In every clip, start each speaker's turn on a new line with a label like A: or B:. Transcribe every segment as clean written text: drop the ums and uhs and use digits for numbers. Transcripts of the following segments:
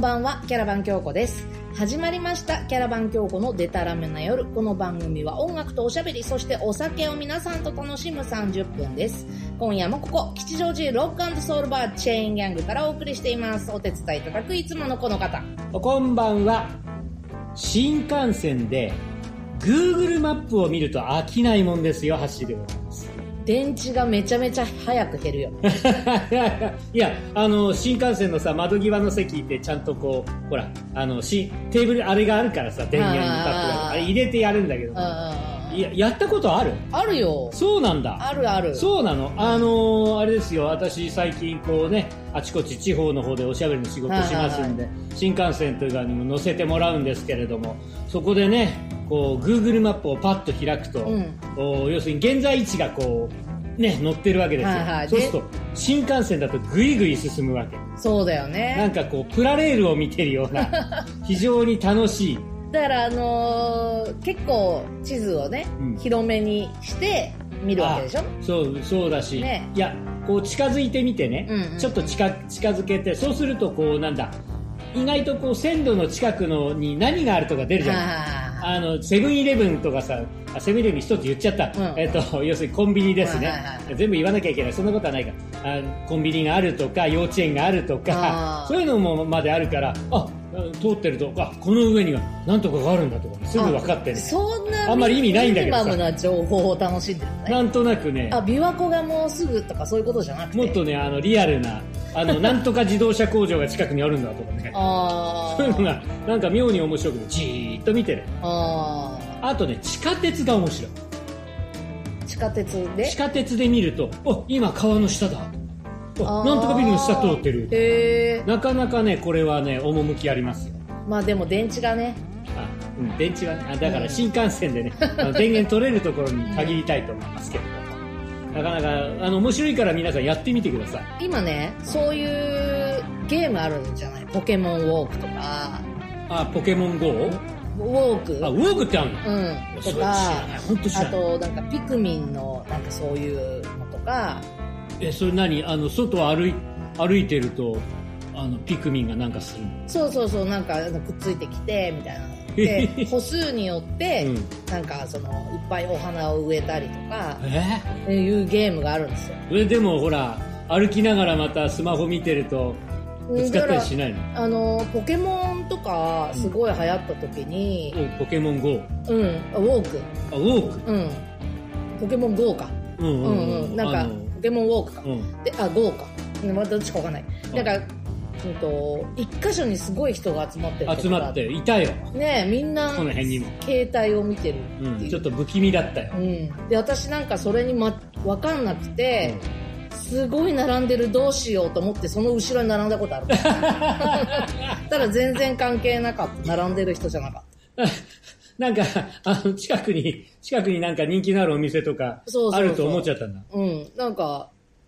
A: ばんは、キャラバン京子です。始まりましたキャラバン京子のデタラメな夜。この番組は音楽とおしゃべり、そしてお酒を皆さんと楽しむ30分です。今夜もここ吉祥寺ロック&ソウルバーチェーンギャングからお送りしています。お手伝いいただくいつものこの方。
B: こんばんは。新幹線で Google マップを見ると飽きないもんですよ。走りでございます。
A: 電池がめちゃめちゃ早く減るよ
B: いや、新幹線のさ、窓際の席ってちゃんとこう、ほら、テーブルあれがあるからさ、電源にタップがあれ入れてやるんだけど、やったことある？
A: あるよ。
B: そうなんだ。
A: あるある。
B: そうなの？あれですよ、私最近こうね、あちこち地方の方でおしゃべりの仕事しますんで、新幹線とかにも乗せてもらうんですけれども、そこでね、こう Google マップをパッと開くと、要するに現在位置がこうね載ってるわけですよ。そうすると新幹線だとぐいぐい進むわけ。
A: そうだよね。
B: なんかこうプラレールを見てるような非常に楽しい。
A: だから結構地図をね、広めにして見るわけでしょ。
B: そうだし、ね、いやこう近づいてみてね、ちょっと近づけて、そうするとこうなんだ、意外とこう線路の近くのに何があるとか出るじゃない。セブンイレブンとかさ、セブンイレブン一つ言っちゃった、要するにコンビニですね、全部言わなきゃいけない。そんなことはないからコンビニがあるとか幼稚園があるとか、そういうのもまであるから、通ってるとこの上には何とかがあるんだとか、ね、すぐ分かってね。
A: そんな
B: あんまり意味ないんだけどさ、
A: ミニマムな情報を楽しんでるね。
B: なんとなくね、
A: 琵琶湖がもうすぐとかそういうことじゃなくて、
B: もっとねリアルななんとか自動車工場が近くにあるんだとかねそういうのがなんか妙に面白くてじーっと見てる。あとね、地下鉄が面白い。
A: 地下鉄で
B: 見ると、今川の下だ、なんとかビルの下通ってる。なかなかね、これはね趣ありますよ。
A: まあでも電池がね、
B: 電池はね、だから新幹線でね、電源取れるところに限りたいと思いますけれども、なかなか面白いから皆さんやってみてください。
A: 今ね、そういうゲームあるんじゃない？ポケモンウォークとか。
B: ポケモン GO？
A: ウォーク。
B: ウォークってあるの？
A: とか、あとなんかピクミンのなんかそういうのとか。
B: それ何？外を歩いてるとピクミンがなんかするの？そう
A: なんかくっついてきてみたいな。で歩数によって、なんかいっぱいお花を植えたりとか、いうゲームがあるんですよ。
B: でもほら歩きながらまたスマホ見てるとぶつかったりしないの？
A: ポケモンとかすごい流行った時に、
B: ポケモン GO？
A: ウォーク。ポケモン GO か。なんかポケモンウォークか。で、GO か。どっちかわかんない。だから一箇所にすごい人が集まってる。
B: 集まっていたよ。
A: ね、みんな
B: この辺にも
A: 携帯を見てるっていう。
B: ちょっと不気味だったよ。
A: で、私なんかそれにわかんなくて。すごい並んでる、どうしようと思ってその後ろに並んだことあるただ全然関係なかった。並んでる人じゃなかった
B: なんか近くになんか人気のあるお店とかあると思っちゃったんだ。
A: なんか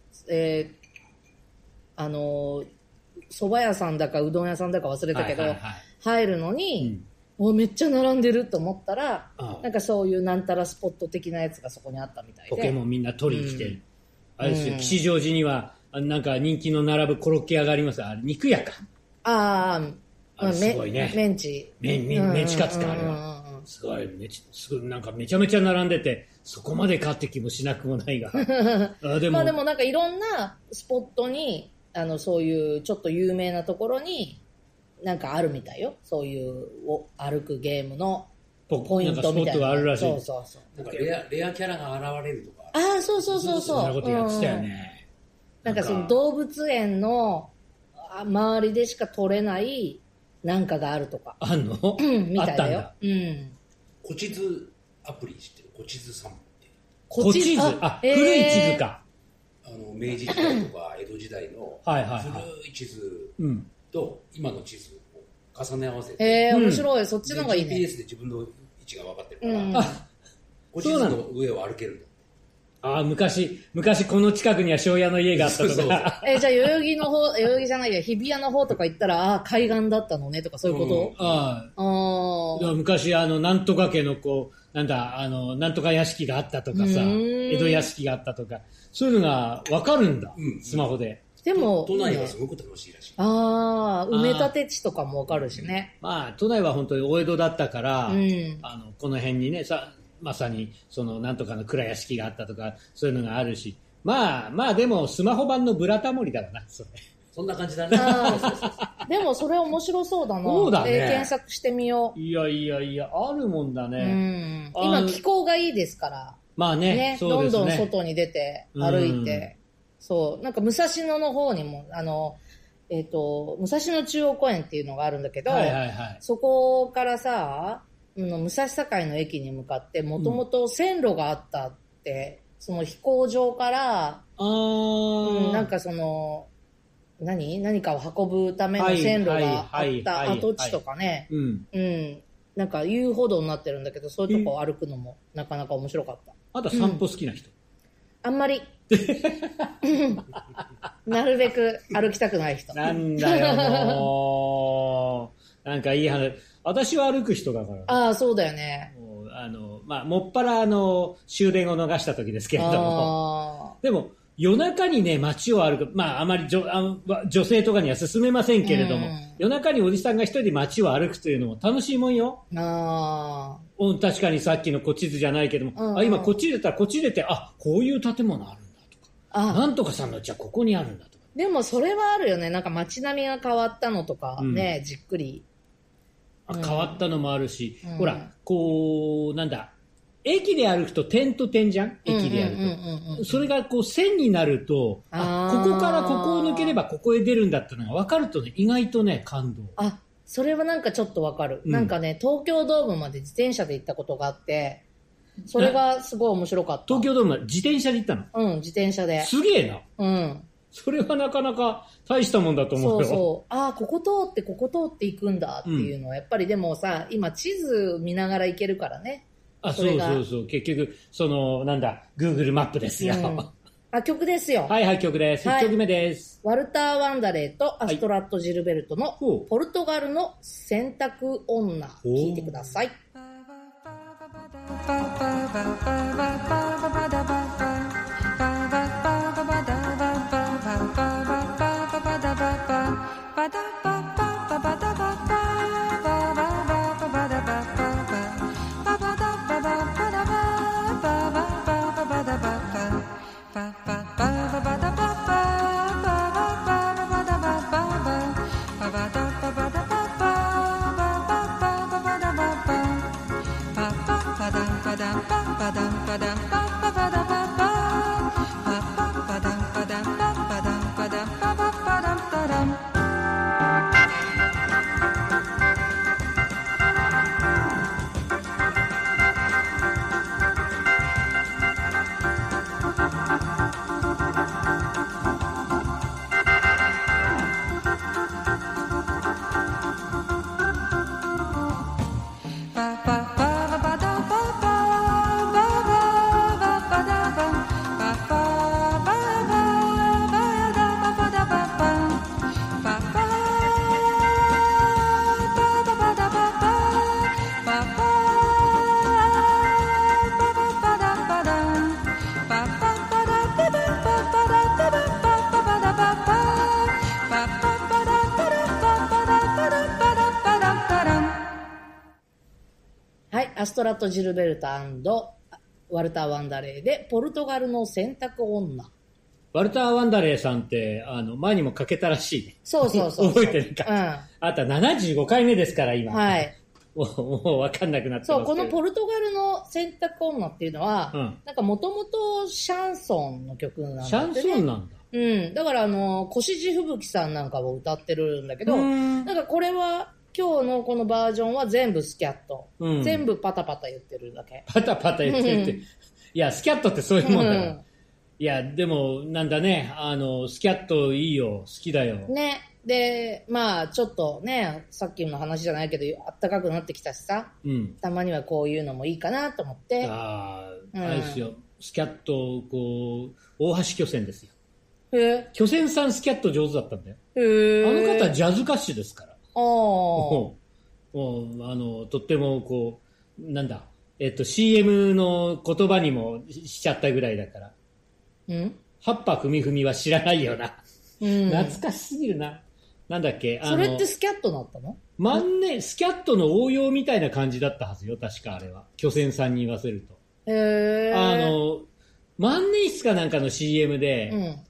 A: 蕎麦屋さんだかうどん屋さんだか忘れたけど、入るのに、めっちゃ並んでると思ったら、なんかそういうなんたらスポット的なやつがそこにあったみたいで、
B: ポケモンみんな取りに来てる。あれですよ、吉祥寺にはなんか人気の並ぶコロッケ屋があります。肉屋か。すごいね。メンチカツか、あれは。すごいなんかめちゃめちゃ並んでて、そこまでかって気もしなくもないが。でもなんかいろんなスポットにそういうちょっと有名なところになんかあるみたいよ。そういう歩くゲームのポイントみたいな。なんかスポットがあるらしい。
C: なんかレアキャラが現れるとか。
A: そう。
B: そんなことやってたよね。
A: なんかその動物園の周りでしか撮れないなんかがあるとか。
B: あんの？
A: みたいだよ。
C: 古地図アプリ知ってる？古地図散歩っていう。
B: 古地図？古い地図か。
C: 明治時代とか江戸時代の古い地図と今の地図を重ね合わせて。
A: 面白い。そっちの方がいいね。
C: GPS で自分の位置が分かってるから、古地図の上を歩けるんだ。
B: 昔この近くには庄屋の家があったとか。
A: じゃあ代々木じゃないや、日比谷の方とか行ったら、海岸だったのねとかそういうこ
B: と？昔なんとか家のなんとか屋敷があったとかさ、江戸屋敷があったとか、そういうのがわかるんだ、スマホで。
A: でも、
C: 都内はすごく楽しいらしい。
A: ああ、埋め立て地とかもわかるしね。
B: まあ、都内は本当に大江戸だったから、この辺にね、まさに、なんとかの蔵屋敷があったとか、そういうのがあるし。まあ、でも、スマホ版のブラタモリだわな、それ。
C: そんな感じだね。
A: でも、それ面白そうだな。
B: そうだね。
A: 検索してみよう。
B: いや、あるもんだね。
A: 今、気候がいいですから。
B: まあね、
A: そうですね。どんどん外に出て、歩いて。そう。なんか、武蔵野の方にも、武蔵野中央公園っていうのがあるんだけど、そこからさ、武蔵境の駅に向かって、もともと線路があったって、その飛行場から、なんか何かを運ぶための線路があった跡地とかね、なんか遊歩道になってるんだけど、そういうとこを歩くのもなかなか面白かった。
B: あと散歩好きな人、
A: あんまり。なるべく歩きたくない人。
B: なんだよ、もう。なんかいい話。私は歩く人だから。
A: ああ、そうだよね。
B: まあ、もっぱら終電を逃した時ですけれども。でも、夜中にね、街を歩く。まあ、あまり女性とかには勧めませんけれども、夜中におじさんが一人で街を歩くというのも楽しいもんよ。確かにさっきのこっち図じゃないけども、今こっち出たらこっち出て、こういう建物あるんだとか。なんとかさんのうちはここにあるんだとか。
A: でもそれはあるよね。なんか街並みが変わったのとかね、じっくり。
B: 変わったのもあるし、ほら、なんだ、駅で歩くと点と点じゃん、駅で歩くと。それが線になると、ここからここを抜ければここへ出るんだってのが分かるとね、意外とね、感動。
A: それはなんかちょっと分かる。なんかね、東京ドームまで自転車で行ったことがあって、それがすごい面白かった。
B: 東京ドームまで自転車で行ったの？
A: 自転車で。
B: すげえな。それはなかなか大したもんだと思うよ。
A: ここ通って行くんだっていうのは、やっぱりでもさ、今地図見ながら行けるからね。
B: そう。結局、なんだ、Google マップですよ。
A: 曲ですよ。
B: 曲です。1曲目です。
A: ワルター・ワンダレーとアストラット・ジルベルトのポルトガルの洗濯女。聞いてください。アストラット・ジルベルト&ワルター・ワンダレーでポルトガルの洗濯女。
B: ワルター・ワンダレーさんって前にもかけたらしいね。
A: そう
B: 覚えてるか。あとは75回目ですから今。もう分かんなくなってますけど。
A: このポルトガルの洗濯女っていうのは、なんかもともとシャンソンの曲なんだってね。
B: シャンソンなんだ。
A: だから越路吹雪さんなんかを歌ってるんだけど、なんかこれは今日のこのバージョンは全部スキャット。全部パタパタ言ってるだけ。
B: パタパタ言ってるって。いや、スキャットってそういうもんだから。いや、でも、なんだね、スキャットいいよ、好きだよ。ね。
A: で、まあ、ちょっとね、さっきの話じゃないけど、あったかくなってきたしさ、たまにはこういうのもいいかなと思って。
B: あれですよ、スキャット、大橋巨泉ですよ。巨泉さんスキャット上手だったんだよ。あの方ジャズ歌手ですから。とってもなんだ、CM の言葉にもしちゃったぐらいだから。葉っぱふみふみは知らないよな。 懐かしすぎるな。なんだっけ、
A: それってスキャットだったの？
B: 万年、スキャットの応用みたいな感じだったはずよ、確かあれは。巨泉さんに言わせると。万年筆かなんかの CM で、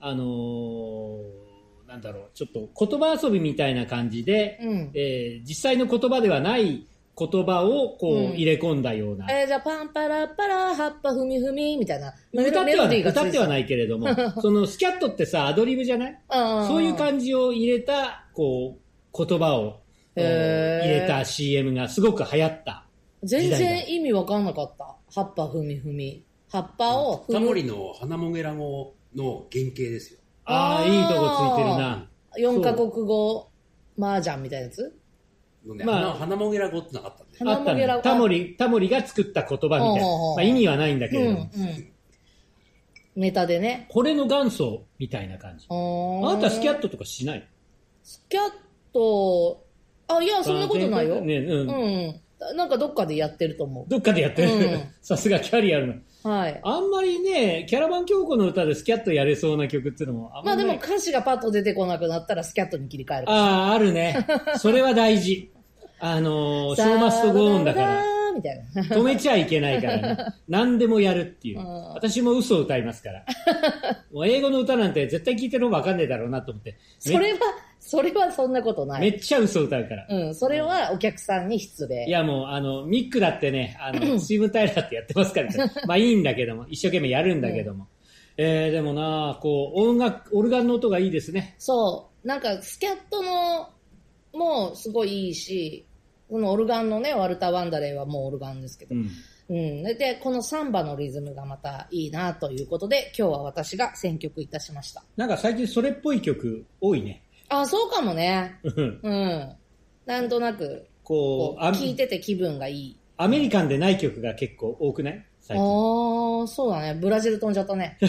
B: なんだろう、ちょっと言葉遊びみたいな感じで、実際の言葉ではない言葉をこう入れ込んだような。
A: じゃあパンパラパラ、葉っぱふみふみみたいな。
B: 歌ってはないけれども、そのスキャットってさ、アドリブじゃない？そういう感じを入れた、こう、言葉を入れた CM がすごく流行った時代だ。
A: 全然意味わかんなかった。葉っぱふみふみ。葉っぱを
C: タモリの花もげら語の原型ですよ。
B: ああ、いいとこついてるな。
A: 4カ国語麻雀みたいなやつ？
C: 花もげら語ってなかったんで。
A: 花もげら語。
B: タモリが作った言葉みたいな。意味はないんだけれども。
A: ネタでね。
B: これの元祖みたいな感じ。あなたスキャットとかしない？
A: スキャット、いや、そんなことないよ。なんかどっかでやってると思う。
B: どっかでやってる。さすがキャリアあるの。
A: はい。
B: あんまりね、キャラバン京子の歌でスキャットやれそうな曲っていうのも
A: まあでも歌詞がパッと出てこなくなったらスキャットに切り替える。
B: あるね。それは大事。ショーマストゴーンだから。
A: みたいな。
B: 止めちゃいけないからね。何でもやるっていう。私も嘘を歌いますから。もう英語の歌なんて絶対聞いてる方が分かんねえだろうなと思って。
A: それはそんなことない。
B: めっちゃ嘘歌うから。
A: それはお客さんに失礼。
B: いやもう、ミックだってね、スティーブン・タイラーってやってますからね。まあいいんだけども、一生懸命やるんだけども。でもな、こう、オルガンの音がいいですね。
A: そう。なんか、スキャットの、もすごいいいし、このオルガンのね、ワルター・ワンダレーはもうオルガンですけど。で、このサンバのリズムがまたいいなということで、今日は私が選曲いたしました。
B: なんか最近それっぽい曲多いね。
A: そうかもね。なんとなく、こう聴いてて気分がいい。
B: アメリカンでない曲が結構多くない？最近。
A: そうだね。ブラジル飛んじゃったね。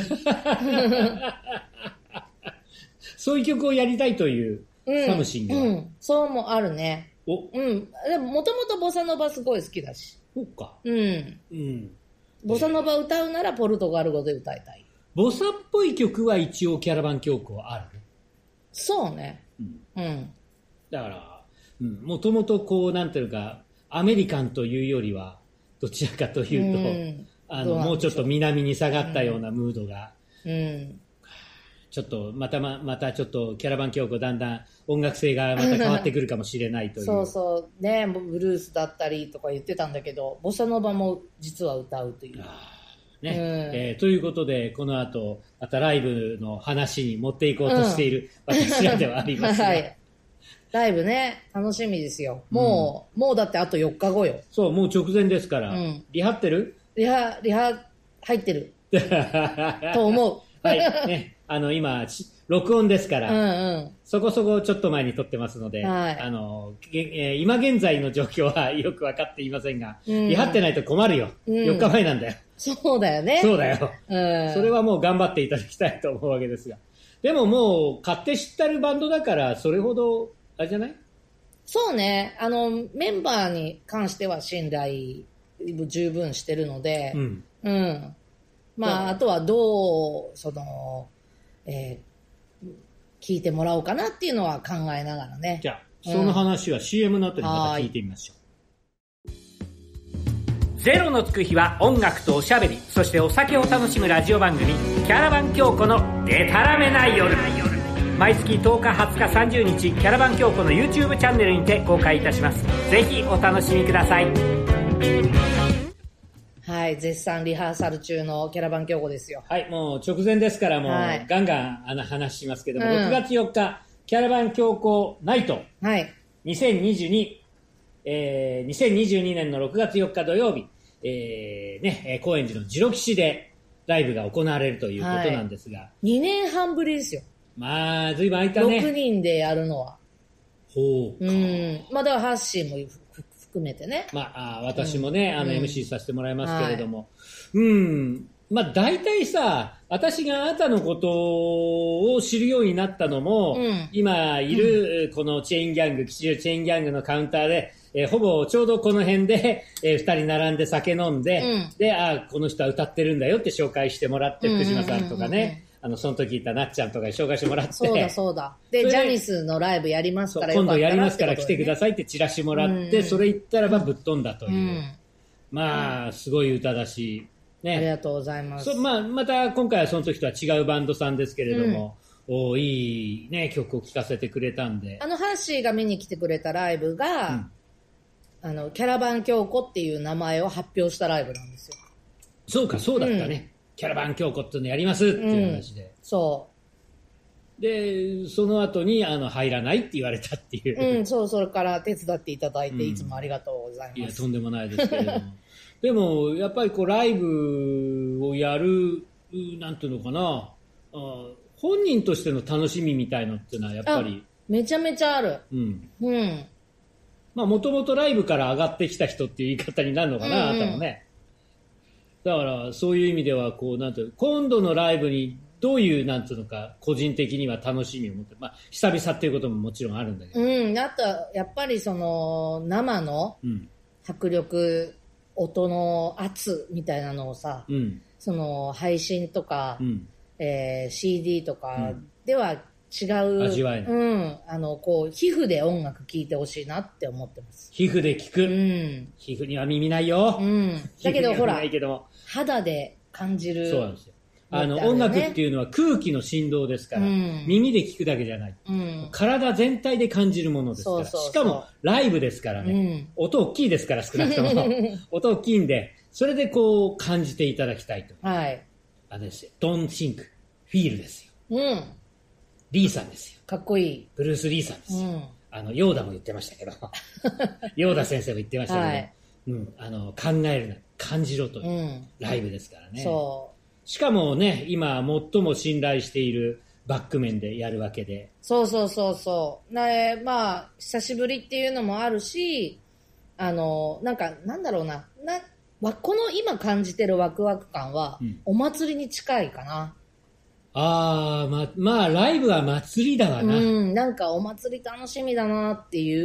B: そういう曲をやりたいというサムシンが。
A: そうもあるね。でももともとボサノバすごい好きだし。
B: そうか。
A: ボサノバ歌うならポルトガル語で歌いたい。
B: ボサっぽい曲は一応キャラバン京子はあるね。
A: そうね。
B: だから、もともとこう、なんていうか、アメリカンというよりは、どちらかというと、もうちょっと南に下がったようなムードが、ちょっと、またちょっとキャラバン京子だんだん音楽性がまた変わってくるかもしれないという。
A: そうそう。ね、ブルースだったりとか言ってたんだけど、ボサノバも実は歌うという。
B: ということで、この後、またライブの話に持っていこうとしている私らではありますが、
A: ライブね、楽しみですよ。もうだってあと4日後よ。
B: そう、もう直前ですから。リハってる？
A: リハ入ってる。と思う。
B: はい。ね。今、録音ですから、そこそこちょっと前に撮ってますので、今現在の状況はよく分かっていませんが、リハってないと困るよ。4日前なんだよ。
A: そうだよね。
B: そうだよ。それはもう頑張っていただきたいと思うわけですが。でももう、買って知ったるバンドだから、それほど、あれじゃない？
A: そうね。メンバーに関しては信頼十分してるので、まあ、あとはどう、聞いてもらおうかなっていうのは考えながらね。
B: じゃあ、その話は CM の後にまた聞いてみましょう。ゼロのつく日は音楽とおしゃべり、そしてお酒を楽しむラジオ番組、キャラバン京子のデタラメな夜。毎月10日、20日、30日、キャラバン京子の YouTube チャンネルにて公開いたします。ぜひお楽しみください。
A: はい、絶賛リハーサル中のキャラバン京子ですよ。
B: はい、もう直前ですから、もうガンガン話しますけども、6月4日、キャラバン京子ナイト、2022年の6月4日土曜日、高円寺のジロ吉でライブが行われるということなんですが。
A: 2年半ぶりですよ。
B: まあ、ずいぶん空いたね。
A: 6人でやるのは。
B: ほうか。
A: まあ、だからハッシーも含めてね。
B: まあ、私もね、MC させてもらいますけれども。まあ、大体さ、私があなたのことを知るようになったのも、今いる、このチェーンギャング、吉祥チェーンギャングのカウンターで、ほぼちょうどこの辺で、2人並んで酒飲んで、で、この人は歌ってるんだよって紹介してもらって、福島さんとかね、 その時言ったなっちゃんとかに紹介してもらって。
A: そうだ。で、ジャニスのライブやりますから、
B: 今度やりますから来てくださいってチラシもらって、それ言ったらばぶっ飛んだという。まあ、すごい歌だし、ね。
A: ありがとうございます。
B: また今回はその時とは違うバンドさんですけれども、いいね、曲を聴かせてくれたんで。
A: ハッシーが見に来てくれたライブが、キャラバン京子っていう名前を発表したライブなんですよ。
B: そうだったね。キャラバン京子っていうのやりますっていう話で。で、その後に、入らないって言われたっていう。
A: それから手伝っていただいて、いつもありがとうございます。
B: いや、とんでもないですけれども。でも、やっぱりライブをやる、なんていうのかな、本人としての楽しみみたいのっていうのは、やっぱり。
A: めちゃめちゃある。
B: もともとライブから上がってきた人っていう言い方になるのかな、あなたもね。だから、そういう意味では、なんていう、今度のライブに、どういう、なんていうのか、個人的には楽しみを持って、久々っていうことももちろんあるんだけど。
A: あと、やっぱり生の迫力、音の圧みたいなのをさ、配信とか、CD とかでは違う、
B: 味わいない。
A: 皮膚で音楽聴いてほしいなって思ってます。
B: 皮膚で聴く。皮膚には耳ないよ。
A: だけどほら、肌で感じる。
B: そうなんですよ。音楽っていうのは空気の振動ですから、耳で聞くだけじゃない。体全体で感じるものですから。しかもライブですからね。音大きいですから、少なくとも。音大きいんで、それで感じていただきたいと。
A: はい。
B: Don't think, feel ですよ。リーさんですよ。
A: かっこいい。
B: ブルース・リーさんですよ。ヨーダも言ってましたけど。ヨーダ先生も言ってましたけど。考えるな、感じろというライブですからね。しかもね、今最も信頼しているバック面でやるわけで。
A: そう。久しぶりっていうのもあるし、なんだろうな。この今感じてるワクワク感は、お祭りに近いかな。
B: ライブは祭りだわな。
A: なんかお祭り楽しみだなっていう、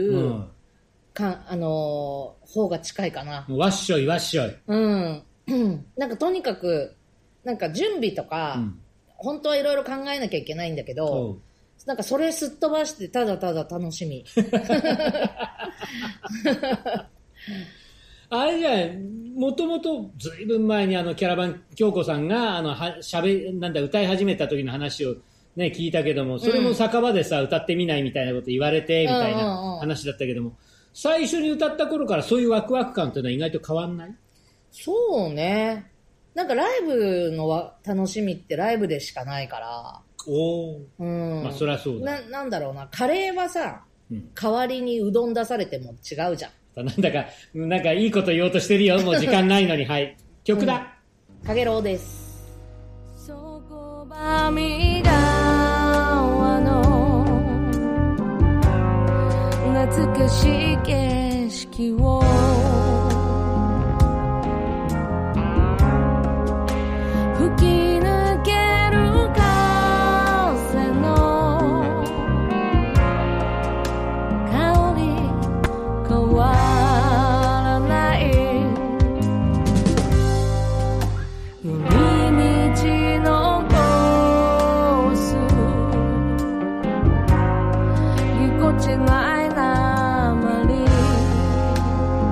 A: 方が近いかな。
B: わっしょい。
A: なんかとにかく、なんか準備とか、本当はいろいろ考えなきゃいけないんだけど、なんかそれすっ飛ばしてただただ楽しみ。
B: あれじゃもともとずいぶん前にキャラバン京子さんが歌い始めた時の話をね聞いたけども、それも酒場でさ、歌ってみないみたいなこと言われてみたいな話だったけども、最初に歌った頃からそういうワクワク感っていうのは意外と変わんない？
A: そうね。なんかライブの楽しみってライブでしかないから。
B: そりゃそうだ。
A: なんだろうな。カレーはさ、代わりにうどん出されても違うじゃん。
B: なんかいいこと言おうとしてるよ。もう時間ないのに。はい。曲だ。
A: かげろうです。
D: そこばみがわの懐かしい景色を吹き抜ける風の香り変わらない寄り道のコースぎこちないなまり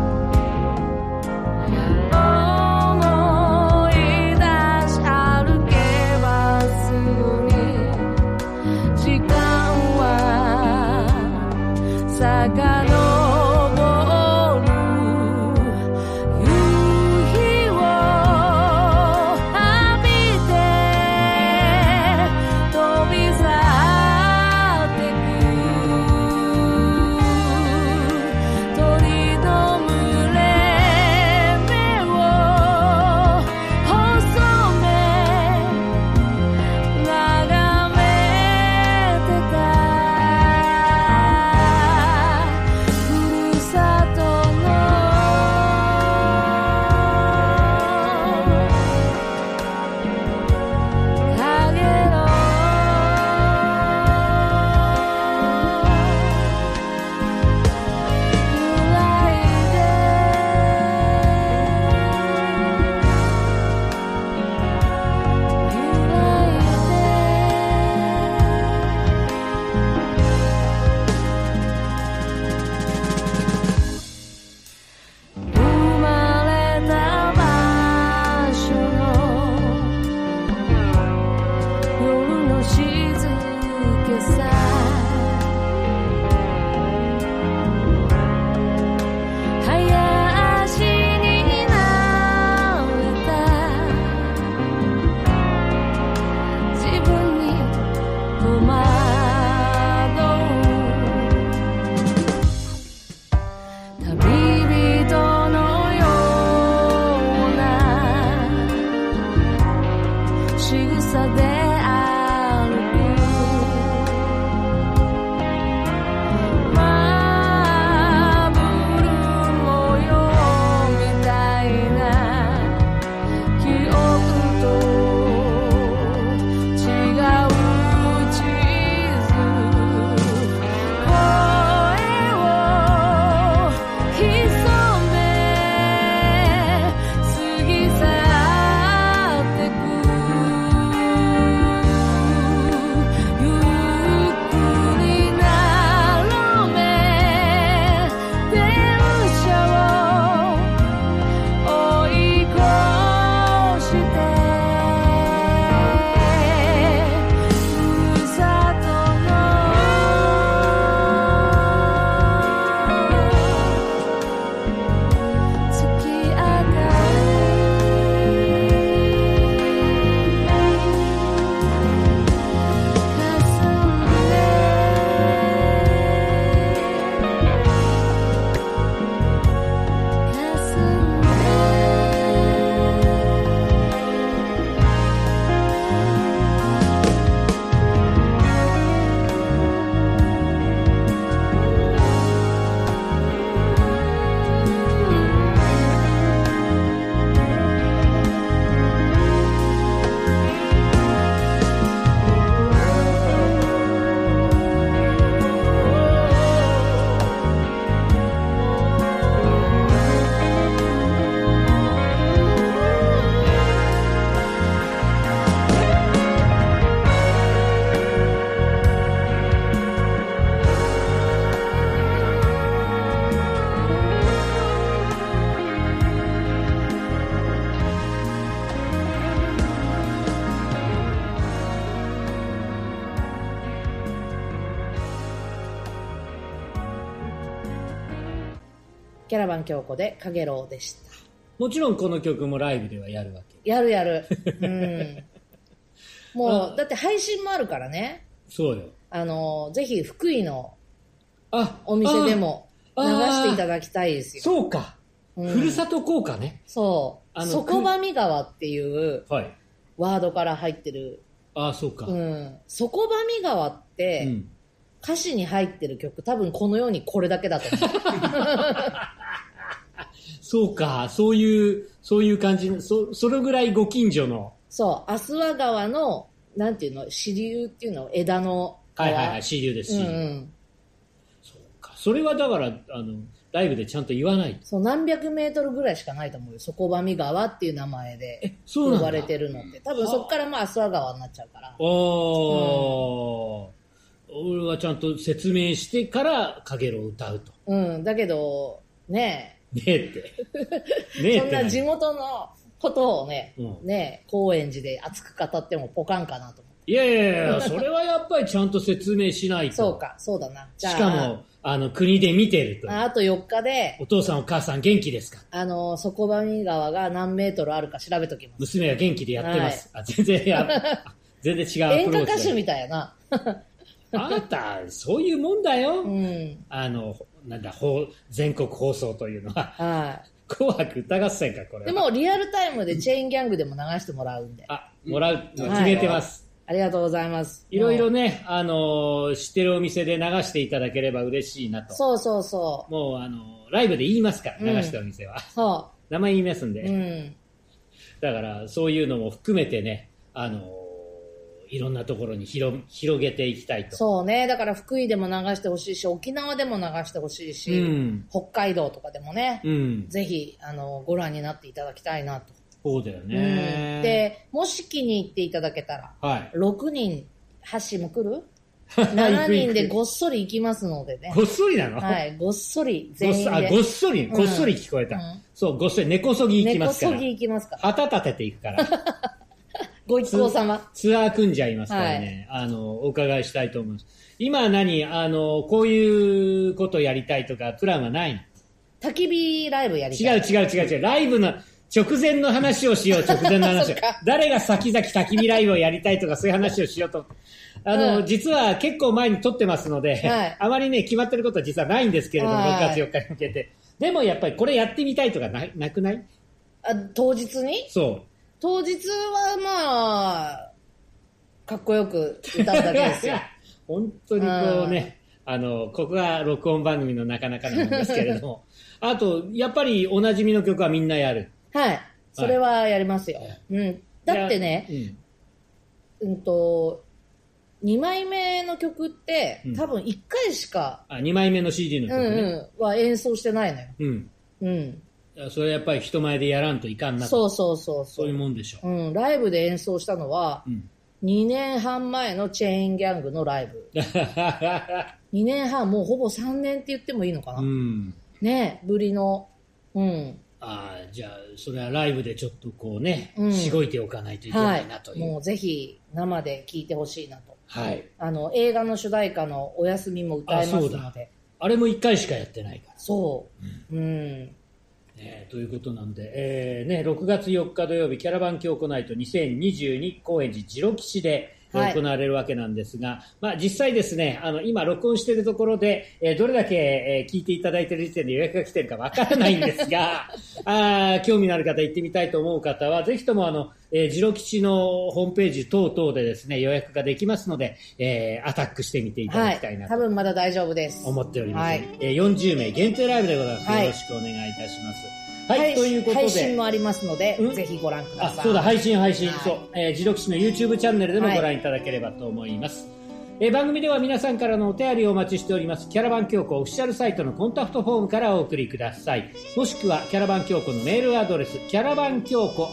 A: キャラバン京子でかげろうでした。
B: もちろんこの曲もライブではやるわけ。
A: やる。うん。もう、だって配信もあるからね。
B: そうよ。
A: ぜひ福井のお店でも流していただきたいですよ。
B: そうか。ふるさと効果ね。
A: そう。底喰川っていうワードから入ってる。
B: そうか。
A: 底喰川って、歌詞に入ってる曲、多分この世にこれだけだと思う。
B: そうか。そういう感じ。それぐらいご近所の。
A: そう。阿諏訪川の、なんていうの、支流っていうの、枝の
B: 川。支流です。そうか。それはだから、ライブでちゃんと言わない。
A: そう、何百メートルぐらいしかないと思うよ。底喰川っていう名前で呼ばれてるのって。多分そっから阿諏訪川になっちゃうから。
B: 俺はちゃんと説明してからかげろうを歌うと。
A: だけど、ね
B: えって。
A: そんな地元のことをね、高円寺で熱く語ってもポカンかなと思って。
B: いや、それはやっぱりちゃんと説明しないと。
A: そうか、そうだな。
B: じゃあしかも、国で見てると。
A: あと4日で。
B: お父さんお母さん元気ですか？
A: 底喰川が何メートルあるか調べときます。
B: 娘は元気でやってます。全然違うアプローチ。
A: 演歌歌手みたいやな。
B: あなた、そういうもんだよ。なんだ、全国放送というのは。紅白歌合戦か、これは。
A: でも、リアルタイムでチェーンギャングでも流してもらうんで。
B: もらう、決めてます。
A: ありがとうございます。
B: いろいろね、知ってるお店で流していただければ嬉しいなと。
A: そう。
B: もう、ライブで言いますから、流したお店は。
A: そう。
B: 名前言いますんで。だから、そういうのも含めてね、いろんなところに広げていきたいと。
A: そうね。だから福井でも流してほしいし、沖縄でも流してほしいし、北海道とかでもね、ぜひ、ご覧になっていただきたいなと。
B: そうだよね。
A: で、もし気に入っていただけたら、6人、橋も来る7人でごっそり行きますのでね。
B: ごっそりなの？
A: はい、ごっそり全員で。
B: ごっそり聞こえた。そう、ごっそり、根こそぎ行きますから。
A: 根こそぎ行きますから。
B: 旗立てていくから。
A: ご一行様。
B: ツアー組んじゃいますからね。お伺いしたいと思います。今こういうことやりたいとか、プランはないの？
A: 焚き火ライブやりたい。
B: 違う。ライブの直前の話をしよう、直前の話を。誰が先々焚き火ライブをやりたいとか、そういう話をしようと。実は結構前に撮ってますので、あまりね、決まってることは実はないんですけれども、6月4日に向けて。でもやっぱりこれやってみたいとかなくない？
A: 当日に？
B: そう。
A: 当日はまあ、かっこよく歌うだけですよ。
B: 本当にこうね、ここが録音番組のなかなかなんですけれども。あと、やっぱりおなじみの曲はみんなやる。
A: はい。それはやりますよ。だってね、2枚目の曲って、多分1回しか。
B: 2枚目の CD の曲ね。
A: は演奏してないのよ。
B: それはやっぱり人前でやらんといかんなと。
A: そう
B: いうもんでしょ。
A: ライブで演奏したのは、2年半前のチェーンギャングのライブ。2年半、もうほぼ3年って言ってもいいのかな。ね、ぶりの。
B: じゃあ、それはライブでちょっとこうね、しごいておかないといけないなという。
A: もうぜひ生で聴いてほしいなと。
B: はい。
A: 映画の主題歌のお休みも歌えますので。
B: あれも1回しかやってないから。
A: そう。
B: ということなんで、6月4日土曜日、キャラバン京子ナイト2022高円寺ジロ吉で行われるわけなんですが、実際ですね、今録音しているところで、どれだけ、聞いていただいている時点で予約が来ているかわからないんですが、興味のある方、行ってみたいと思う方は、ぜひともジロ吉のホームページ等々でですね、予約ができますので、アタックしてみていただきたいなと。
A: 多分まだ大丈夫です。
B: 思っております。40名限定ライブでございます。よろしくお願いいたします。はい、ということで。
A: 配信もありますので、ぜひご覧ください。
B: そうだ、配信。そう。ジロ吉の YouTube チャンネルでもご覧いただければと思います。番組では皆さんからのお便りをお待ちしております。キャラバン京子オフィシャルサイトのコンタクトフォームからお送りください。もしくはキャラバン京子のメールアドレス、キャラバン京子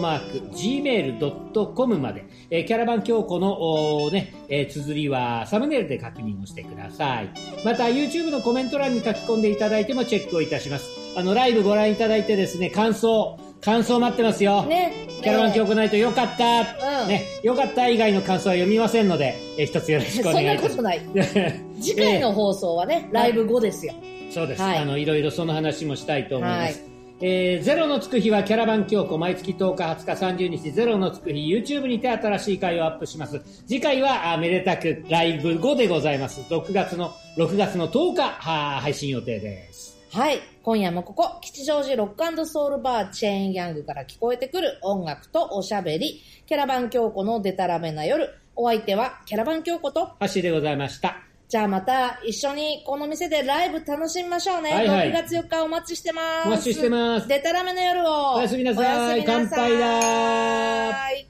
B: @gmail.com まで、キャラバン京子の綴りはサムネイルで確認をしてください。また YouTube のコメント欄に書き込んでいただいてもチェックをいたします。ライブご覧いただいてですね、感想待ってますよ。キャラバン京子ナイトよかった、よかった以外の感想は読みませんので、一つよろしくお願いします。
A: そんなことない。次回の放送はね、ライブ後ですよ。
B: そうです。はい。いろいろその話もしたいと思います。ゼロのつく日はキャラバン京子、毎月10日、20日、30日、ゼロのつく日、YouTube にて新しい回をアップします。次回は、めでたくライブ後でございます。6月の10日、配信予定です。
A: はい。今夜もここ、吉祥寺ロック&ソウルバーチェーンギャングから聞こえてくる音楽とおしゃべり、キャラバン京子のデタラメな夜。お相手は、キャラバン京子と、
B: ハッシーでございました。
A: じゃあまた一緒にこの店でライブ楽しみましょうね。はいはい、6月4日お待ちしてます。
B: お待ちしてます。
A: デタラメの夜を。
B: おやすみなさい。乾杯だー。